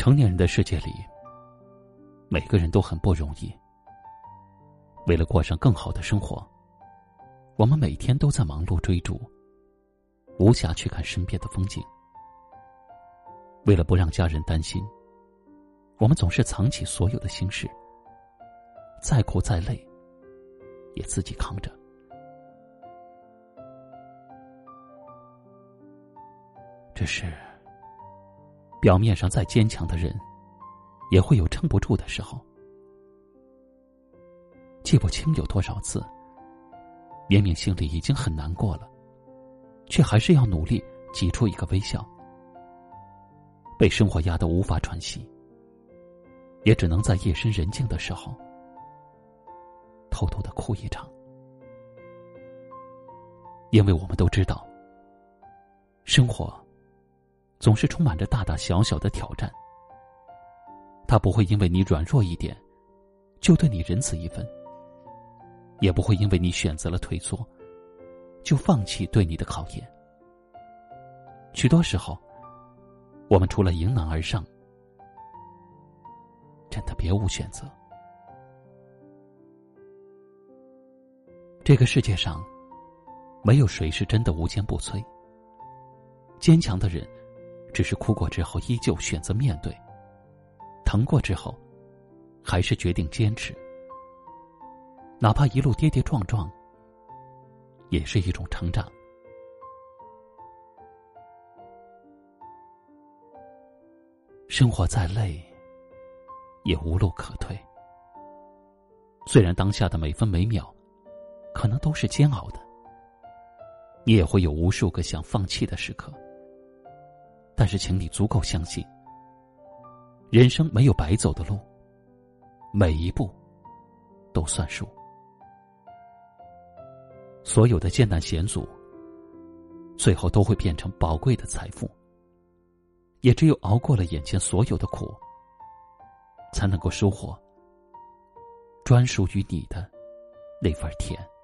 成年人的世界里，每个人都很不容易。为了过上更好的生活，我们每天都在忙碌追逐，无暇去看身边的风景。为了不让家人担心，我们总是藏起所有的心事，再苦再累也自己扛着。只是表面上再坚强的人，也会有撑不住的时候。记不清有多少次，明明心里已经很难过了，却还是要努力挤出一个微笑。被生活压得无法喘息，也只能在夜深人静的时候偷偷地哭一场。因为我们都知道，生活总是充满着大大小小的挑战，它不会因为你软弱一点就对你仁慈一分，也不会因为你选择了退缩就放弃对你的考验。许多时候，我们除了迎难而上，真的别无选择。这个世界上没有谁是真的无坚不摧，坚强的人只是哭过之后依旧选择面对，疼过之后还是决定坚持，哪怕一路跌跌撞撞，也是一种成长。生活再累，也无路可退。虽然当下的每分每秒可能都是煎熬的，你也会有无数个想放弃的时刻，但是请你足够相信，人生没有白走的路，每一步都算数。所有的艰难险阻，最后都会变成宝贵的财富。也只有熬过了眼前所有的苦，才能够收获专属于你的那份甜。